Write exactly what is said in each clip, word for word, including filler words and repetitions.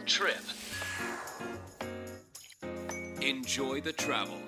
trip. Enjoy the travel.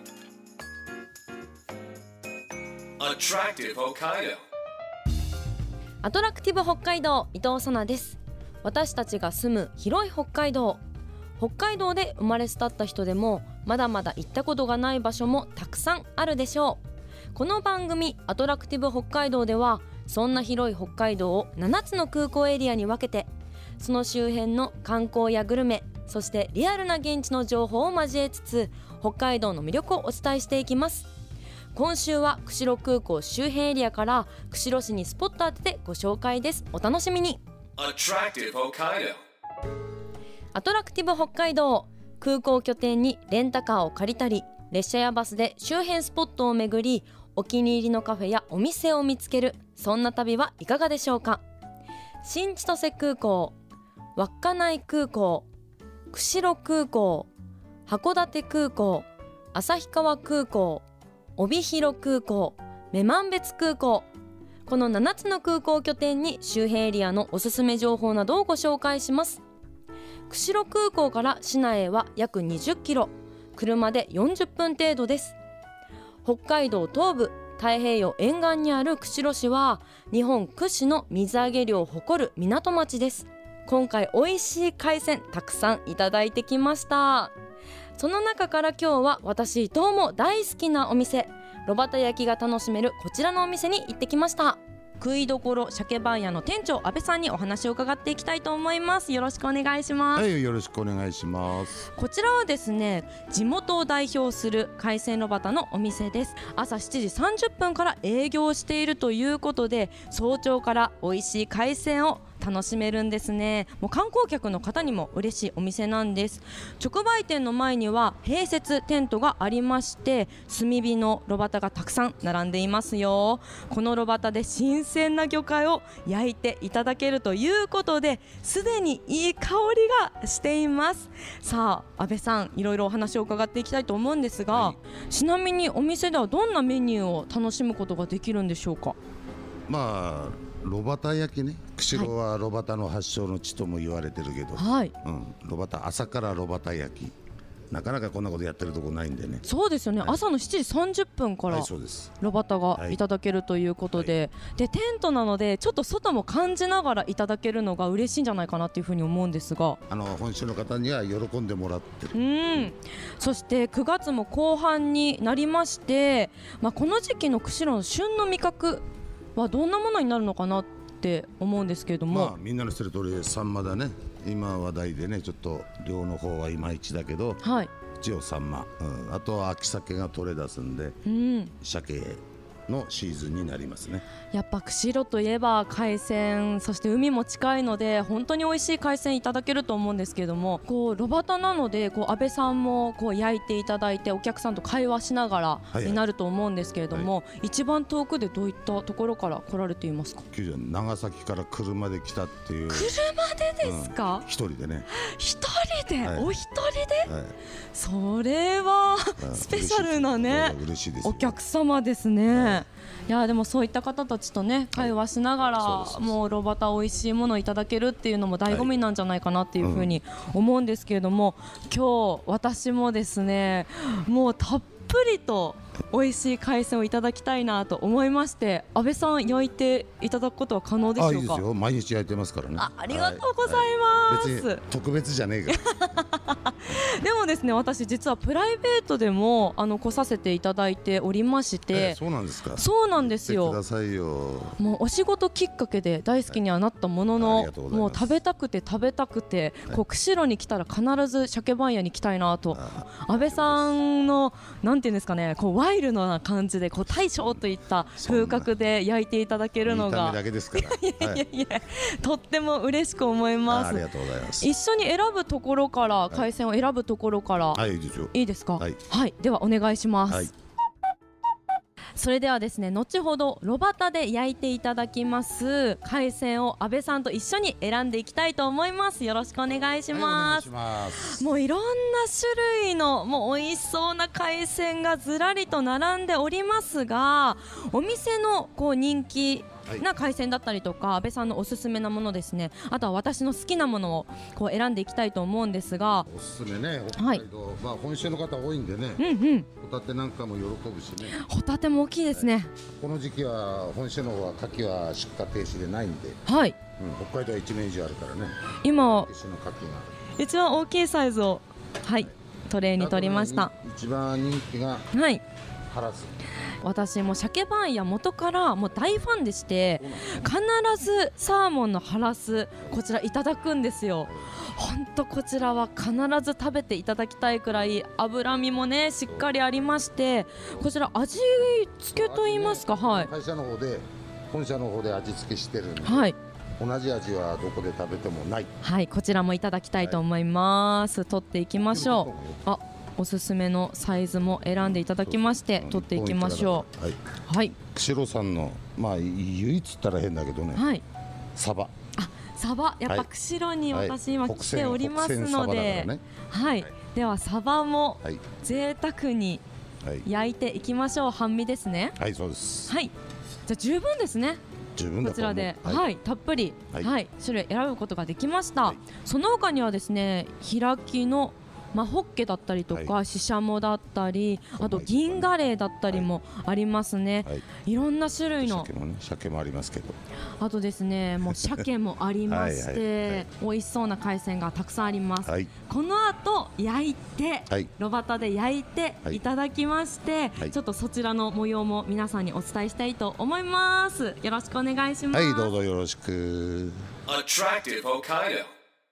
Attractive Hokkaido. アトラクティブ北海道、伊藤さなです。私たちが住む広い北海道。北海道で生まれ育った人でもまだまだ行ったことがない場所もたくさんあるでしょう。この番組アトラクティブ北海道ではそんな広い北海道をななつの空港エリアに分けて、その周辺の観光やグルメ、そしてリアルな現地の情報を交えつつ北海道の魅力をお伝えしていきます。今週は釧路空港周辺エリアから釧路市にスポット当ててご紹介です。お楽しみに。 Attractive Hokkaido. アトラクティブ北海道、空港拠点にレンタカーを借りたり列車やバスで周辺スポットを巡り、お気に入りのカフェやお店を見つける、そんな旅はいかがでしょうか。新千歳空港、稚内空港、釧路空港、函館空港、旭川空港、帯広空港、女満別空港、このななつの空港拠点に周辺エリアのおすすめ情報などをご紹介します。釧路空港から市内へは約にじゅっキロ、車でよんじゅっぷん程度です。北海道東部太平洋沿岸にある釧路市は日本屈指の水揚げ量を誇る港町です。今回美味しい海鮮たくさんいただいてきました。その中から今日は私伊藤も大好きなお店、炉端焼きが楽しめるこちらのお店に行ってきました。食いどころ鮭番屋の店長安倍さんにお話を伺っていきたいと思います。よろしくお願いします。 はい、よろしくお願いします。 こちらはですね、地元を代表する海鮮炉端のお店です。朝しちじさんじゅっぷんから営業しているということで、早朝から美味しい海鮮を楽しめるんですね。もう観光客の方にも嬉しいお店なんです。直売店の前には併設テントがありまして、炭火の炉端がたくさん並んでいますよ。この炉端で新鮮な魚介を焼いていただけるということで、すでにいい香りがしています。さあ安倍さん、いろいろお話を伺っていきたいと思うんですが、はい、ちなみにお店ではどんなメニューを楽しむことができるんでしょうか。 まあ炉端焼きね、釧路は炉端の発祥の地とも言われてるけど、 はいうん、炉端、朝から炉端焼き、なかなかこんなことやってるとこないんでね。 そうですよね、はい、朝のしちじさんじゅっぷんから炉端がいただけるということで、はい、でテントなのでちょっと外も感じながらいただけるのが嬉しいんじゃないかなというふうに思うんですが、 あの本州の方には喜んでもらってる。 うん、そしてくがつも後半になりまして、まあ、この時期の釧路の旬の味覚はどんなものになるのかなって思うんですけれども、 まあ、みんなの知ってる通りサンマだね。今話題でね、ちょっと量の方はいまいちだけど、 はい、 一応サンマ、うん、あとは秋鮭が取れ出すんで、 うん、 鮭のシーズンになりますね。 やっぱ釧路といえば海鮮、そして海も近いので本当に美味しい海鮮いただけると思うんですけれども、こう炉端なのでこう安倍さんもこう焼いていただいてお客さんと会話しながらになると思うんですけれども、はいはい、一番遠くでどういったところから来られていますか。 長崎から車で来たっていう。 車でですか。 うん、一人でね。 一人で、はい、お一人で、はい、それはスペシャルなね、 嬉しいです。 お客様ですね。はい、いやでもそういった方たちとね会話しながら、はい、もう炉端美味しいものをいただけるっていうのも醍醐味なんじゃないかなっていうふうに思うんですけれども、はい、うん、今日私もですね、もうたっぷりと美味しい海鮮をいただきたいなと思いまして、安倍さん焼いていただくことは可能でしょうか。 あ、いいですよ、毎日焼いてますからね。 あ, ありがとうございます。はいはい、 別に特別じゃねえからでもですね、私実はプライベートでもあの来させていただいておりまして、 えー、そうなんですか。 そうなんですよ。 来てくださいよ。 もうお仕事きっかけで大好きにはなったものの、はい、もう食べたくて食べたくて、はい、こう釧路に来たら必ず鮭番屋に来たいなと。安倍さんのなんていうんですかね、こうワイルドな感じでこう大将といった風格で焼いていただけるのが、 見た目だけですから、 いやいやいや、とっても嬉しく思います。 ありがとうございます。 一緒に選ぶところから、はい、海鮮を選ぶところから、 はい、いいですよ。 いいですか。 はい、 はい、ではお願いします。 はい、 それではですね、後ほど炉端で焼いていただきます海鮮を安倍さんと一緒に選んでいきたいと思います。よろしくお願いします。 はい、お願いします。 もういろんな種類のもう美味しそうな海鮮がずらりと並んでおりますが、お店のこう人気な海鮮だったりとか、安倍さんのおすすめなものですね、あとは私の好きなものをこう選んでいきたいと思うんですが、 おすすめね、北海道、はい、まあ本州の方多いんでね、 うんうん、 ホタテなんかも喜ぶしね。 ホタテも大きいですね、はい、 この時期は本州の方は牡蠣は出荷停止でないんで、 はい、 うん、北海道は一年以上あるからね。 今一種の牡蠣がある一番大きいサイズを、はい、トレーに取りました。 一番人気がはい、 ハラス。 私も鮭番屋元からもう大ファンでして、必ずサーモンのハラスこちらいただくんですよ。本当こちらは必ず食べていただきたいくらい脂身もねしっかりありまして、こちら味付けと言いますか、はい、 会社の方で本社の方で味付けしてるんで、 はい、 同じ味はどこで食べてもない。はい、 こちらもいただきたいと思います、はい、取っていきましょう。あ、おすすめのサイズも選んでいただきまして取っていきましょう。はい、はい、 釧路さんのまあ唯一言ったら変だけどね、はい、サバ。 あ、サバやっぱ釧路に私今来ておりますので、はい、はい、ではサバも贅沢に焼いていきましょう。半身ですね。 はい、そうです。 はい、じゃあ十分ですね。 十分だと思う。 こちらで、はいはい、たっぷり、はいはい、種類選ぶことができました。はい、その他にはですね、開きのマホッケだったりとか、はい、シシャモだったり、あと銀ガレイだったりもありますね。はい、いろんな種類の鮭もね、鮭もありますけど、 あとですね、もう鮭もありましてはいはい、はい、美味しそうな海鮮がたくさんあります。はい、この後焼いて、はい、炉端で焼いていただきまして、はい、ちょっとそちらの模様も皆さんにお伝えしたいと思います。よろしくお願いします。 はい、どうぞよろしく。 Attractive Hokkaido。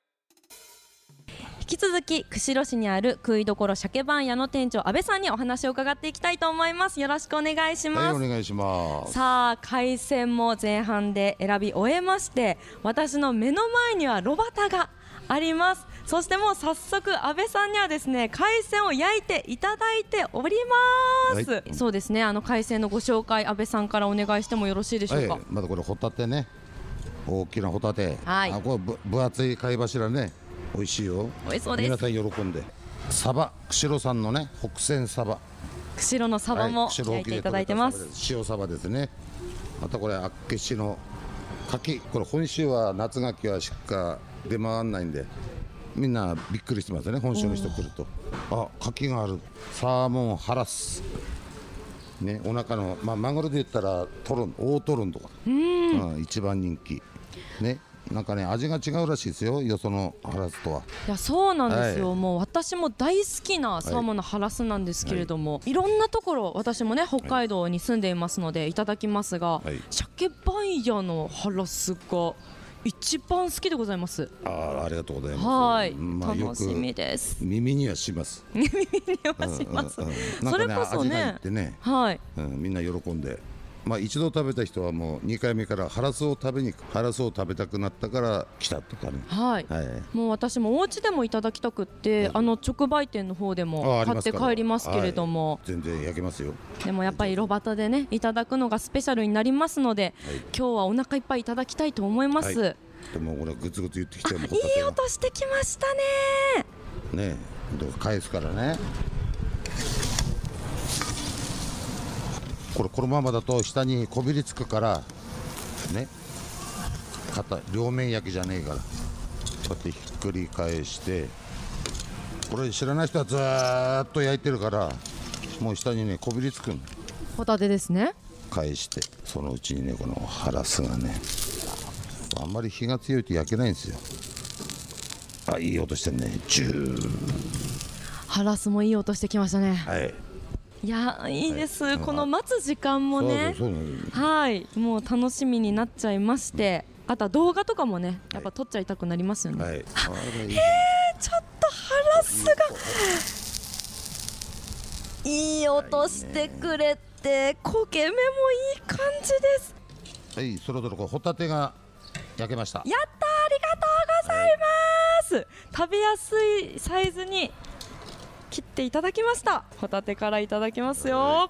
引き続き釧路市にある食いどころ鮭番屋の店長安倍さんにお話を伺っていきたいと思います。よろしくお願いします。 はい、お願いします。 さあ、海鮮も前半で選び終えまして、私の目の前には炉端があります。そしてもう早速安倍さんにはですね、海鮮を焼いていただいております。はい、そうですね、あの海鮮のご紹介安倍さんからお願いしてもよろしいでしょうか。はい、 まだこれホタテね、大きなホタテ、はい、あ、これ分厚い貝柱ね、美味しいよ。 美味しそうです。 皆さん喜んで。サバ、釧路産のね、北鮮サバ、 釧路のサバも焼いていただいてます。 塩サバですね。またこれ厚岸の牡蠣、これ本州は夏牡蠣はしか出回らないんで、みんなびっくりしてますね、本州の人来ると。あ、牡蠣がある。サーモンハラスね、お腹の、まあ、マグロで言ったらトロン、大トロンとか、うん、うん、一番人気ね。なんかね、味が違うらしいですよ、よそのハラスとは。 いや、そうなんですよ、はい、もう私も大好きなサーモンのハラスなんですけれども、はい、いろんなところ私もね北海道に住んでいますのでいただきますが、はい、鮭番屋のハラスが一番好きでございます。 あ、ありがとうございます。 はい、まあ、楽しみです。 耳にはします耳にはします、うんうんうん、それこそ ね, ね, 味ね、はい、うん、みんな喜んで、 まあ、一度食べた人はもうにかいめからハラスを食べにハラスを食べたくなったから来たとかね、 はいはい、もう私もお家でもいただきたくって、はい、あの直売店の方でも買って帰りますけれども、はい、 全然焼けますよ。 でもやっぱり炉端でねいただくのがスペシャルになりますので、はい、今日はお腹いっぱいいただきたいと思います。はい、 でも俺グツグツ言ってきてもいい音してきましたね。 ねえ、返すからね。これこのままだと下にこびりつくからね、片両面焼きじゃねえからこうやってひっくり返して、これ知らない人はずーっと焼いてるからもう下にねこびりつくの。 ホタテですね。 返してそのうちにねこのハラスがね、あんまり火が強いと焼けないんですよ。あ、いい音してんね。ジュー。 ハラスもいい音してきましたね。 はい。 いや、いいです、はい、この待つ時間もね、はい、もう楽しみになっちゃいまして、あとは動画とかもねやっぱ撮っちゃいたくなりますよね。はい、へー、ちょっとハラスがいい音してくれて、焦げ目もいい感じです。 はい、そろそろこうホタテが焼けました。 やったー、ありがとうございます、はい、食べやすいサイズに切っていただきました。ホタテからいただきますよ。はい、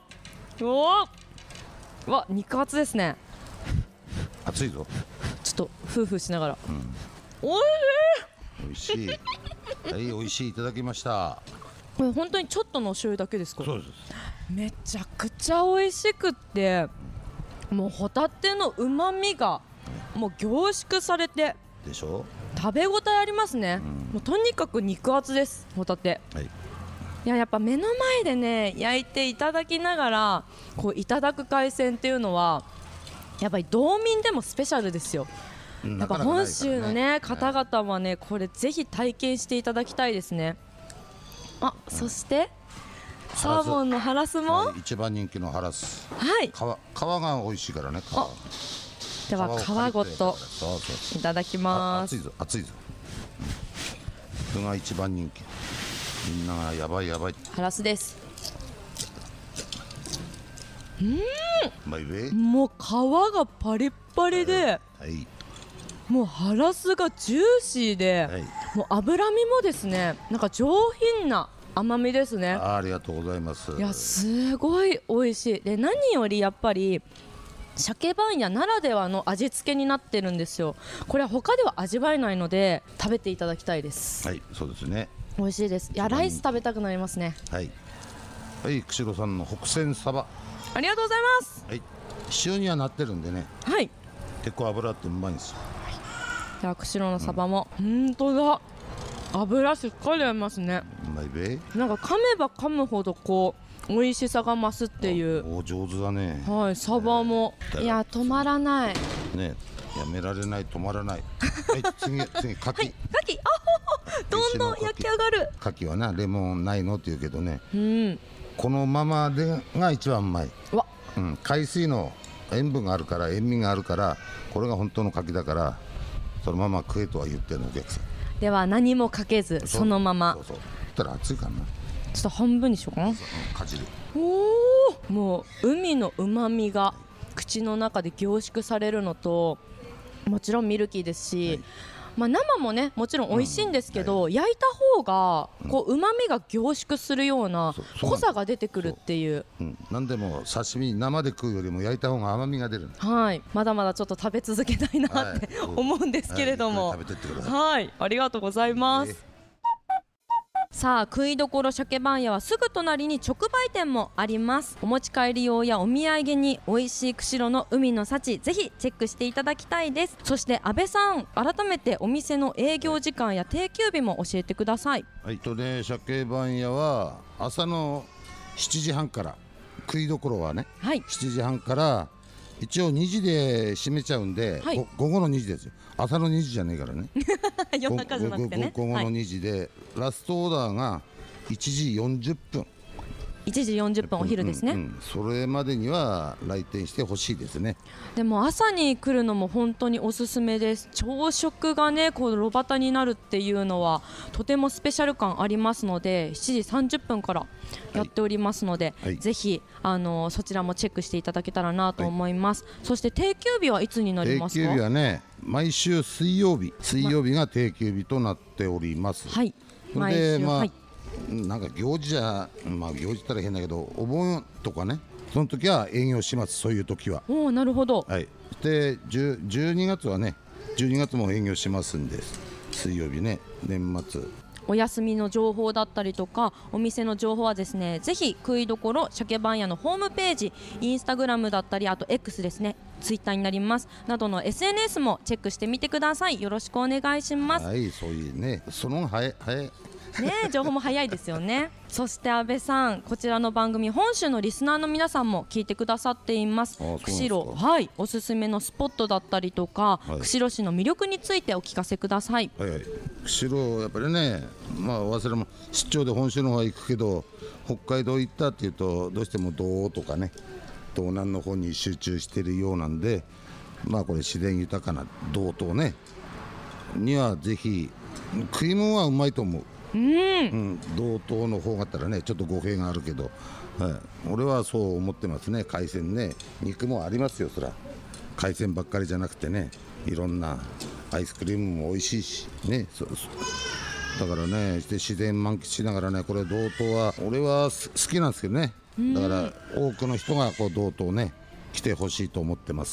おー、うわ、肉厚ですね。 熱いぞ。 ちょっとフーフーしながら、うん、おいしい。おいしい。はい、美味しい、いただきました。 これ本当にちょっとのお醤油だけですか。 そうです。 めちゃくちゃ美味しくって、 もうホタテのうまみがもう凝縮されてでしょ。 食べ応えありますね、 うん、 もうとにかく肉厚ですホタテ。 はい、 いや、やっぱ目の前でね焼いていただきながらこういただく海鮮っていうのはやっぱり道民でもスペシャルですよ。やっぱ本州のね方々はねこれぜひ体験していただきたいですね。あ、そしてサーモンのハラスも、 はい、一番人気のハラス、 はい、 皮、皮が美味しいからね。皮では皮ごといただきます。 熱いぞ熱いぞ。それが一番人気。みんながやばいやばい。 ハラスです。うーん、 もう皮がパリッパリで、 はい、 もうハラスがジューシーで、はい、もう脂身もですねなんか上品な甘みですね。 あ, ありがとうございます。 いや、すごい美味しい。で、何よりやっぱり鮭番屋ならではの味付けになってるんですよ。これは他では味わえないので食べていただきたいです。 はい、そうですね。 美味しいです。いや、ライス食べたくなりますね。 はいはい、釧路さんの北鮮サバ、 ありがとうございます。 はい、塩にはなってるんでね、 はい、 結構油ってうまいんですよ。 じゃあ釧路のサバも、うん、本当だ、油しっかりありますね。 うまいべ。 なんか噛めば噛むほどこう美味しさが増すっていう。 お上手だね。 はい、サバも、いや止まらないね、やめられない、止まらない。はい、次次牡蠣。 はい、牡蠣、あどんどん焼き上がる。 牡蠣はな、レモンないのって言うけどね、 うん、 このままでが一番うまい。 わ、 うん、海水の塩分があるから、塩味があるから、これが本当の牡蠣だから、そのまま食えとは言ってるのお客さん。 では何もかけずそのまま。 そうそうそう。そしたら熱いからな。 ちょっと半分にしようかな。 かじる。 おお、もう海のうまみが口の中で凝縮されるのと、もちろんミルキーですし、はい、まあ、生もねもちろん美味しいんですけど、うん、はい、焼いた方がこう旨味が凝縮するような濃さが出てくるっていう。 うん、なんでも刺身生で食うよりも焼いた方が甘みが出る。 はい、まだまだちょっと食べ続けたいなって、はい、思うんですけれども、 はい、食べてってください。 はい、ありがとうございます。えーさあ、食いどころ鮭番屋はすぐ隣に直売店もあります。お持ち帰り用やお土産に美味しい釧路の海の幸、ぜひチェックしていただきたいです。そして安倍さん、改めてお店の営業時間や定休日も教えてください。 はい、とね、鮭番屋は朝のしちじはんから、食いどころはね、はい、しちじはんから一応にじで閉めちゃうんで、はい、午後のにじですよ。朝のにじじゃねえからね。 夜中じゃなくてね。 午後のにじで、はい、ラストオーダーがいちじよんじゅっぷん。 いちじよんじゅっぷんお昼ですね、 うんうん、それまでには来店してほしいですね。 でも朝に来るのも本当におすすめです。朝食がねこう炉端になるっていうのはとてもスペシャル感ありますので、しちじさんじゅっぷんからやっておりますので、はいはい、ぜひあのそちらもチェックしていただけたらなと思います、はい、そして定休日はいつになりますか？ 定休日はね、毎週水曜日水曜日が定休日となっております。 はい、 毎週、まあ、はい、なんか行事じゃ、まあ、行事ったら変だけど、お盆とかね、その時は営業します。そういう時は。 おー、なるほど。 はい、でじゅうにがつはね、じゅうにがつも営業しますんで、水曜日ね、年末お休みの情報だったりとかお店の情報はですね、ぜひ食いどころ鮭番屋のホームページ、インスタグラムだったり、あと X ですね、ツイッターになりますなどの エスエヌエス もチェックしてみてください。よろしくお願いします。 はい、そういうね、その早い早いね、情報も早いですよね。そして安倍さん、こちらの番組本州のリスナーの皆さんも聞いてくださっています。釧路、はい、おすすめのスポットだったりとか、はい、釧路市の魅力についてお聞かせください。 はいはい、釧路やっぱりね、まあ忘れも出張で本州の方は行くけど、北海道行ったっていうとどうしても道とかね、道南の方に集中しているようなんで、まあこれ自然豊かな道東ねにはぜひ、食い物はうまいと思う。うん、うん、道東の方があったらね、ちょっと語弊があるけど、はい、俺はそう思ってますね。海鮮ね、肉もありますよ。そら海鮮ばっかりじゃなくてね、いろんなアイスクリームも美味しいしね、そうそうだからね、して自然満喫しながらね、これ道東は俺は好きなんですけどね、だから多くの人がこう道東ね来てほしいと思ってます。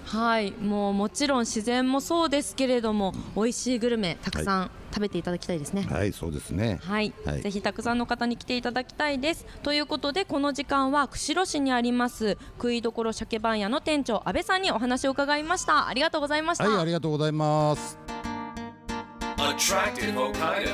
はい、もうもちろん自然もそうですけれども、美味しいグルメたくさん食べていただきたいですね。 はい、そうですね。 はい、 はい、 ぜひたくさんの方に来ていただきたいです。ということで、この時間は釧路市にあります食いどころ鮭番屋の店長安倍さんにお話を伺いました。ありがとうございました。 はい、ありがとうございます。 Attractive Hokkaido.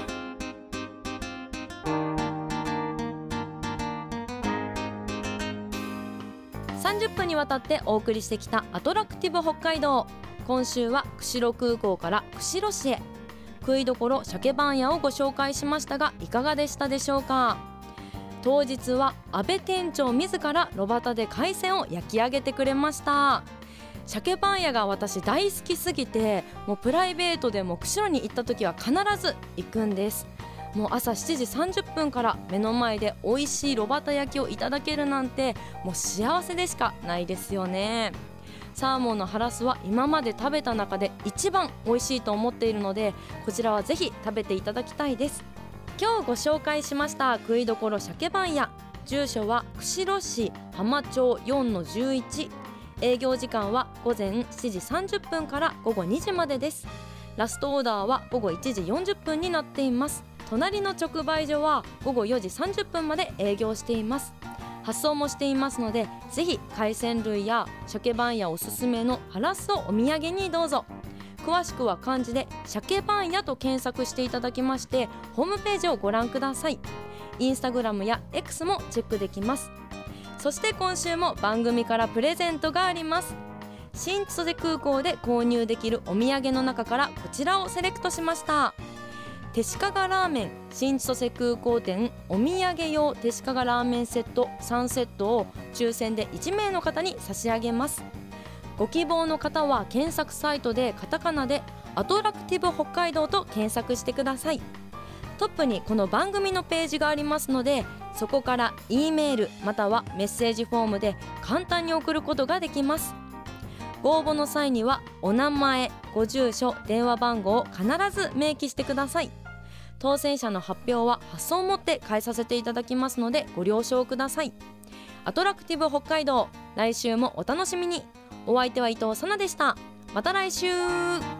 さんじゅっぷんにわたってお送りしてきたアトラクティブ北海道。今週は釧路空港から釧路市へ食いどころ鮭番屋をご紹介しましたが、いかがでしたでしょうか。当日は安倍店長自ら炉端で海鮮を焼き上げてくれました。鮭番屋が私大好きすぎて、もうプライベートでも釧路に行った時は必ず行くんです。もう朝しちじさんじゅっぷんから目の前で美味しい炉端焼きをいただけるなんて、もう幸せでしかないですよね。サーモンのハラスは今まで食べた中で一番美味しいと思っているので、こちらはぜひ食べていただきたいです。今日ご紹介しました食いどころ鮭番屋、住所は釧路市浜町 よんのじゅういち、営業時間は午前しちじさんじゅっぷんから午後にじまでです。ラストオーダーは午後いちじよんじゅっぷんになっています。隣の直売所は午後よじさんじゅっぷんまで営業しています。発送もしていますので、ぜひ海鮮類や鮭番屋おすすめのハラスをお土産にどうぞ。詳しくは漢字で鮭番屋と検索していただきまして、ホームページをご覧ください。インスタグラムや X もチェックできます。そして今週も番組からプレゼントがあります。新千歳空港で購入できるお土産の中からこちらをセレクトしました。手鹿がラーメン新千歳空港店お土産用手鹿がラーメンセットさんセットを抽選でいちめいの方に差し上げます。ご希望の方は検索サイトでカタカナでアトラクティブ北海道と検索してください。トップにこの番組のページがありますので、そこから E メールまたはメッセージフォームで簡単に送ることができます。ご応募の際にはお名前、ご住所、電話番号を必ず明記してください。当選者の発表は発送をもって返させていただきますのでご了承ください。アトラクティブ北海道、来週もお楽しみに。お相手は伊藤さなでした。また来週。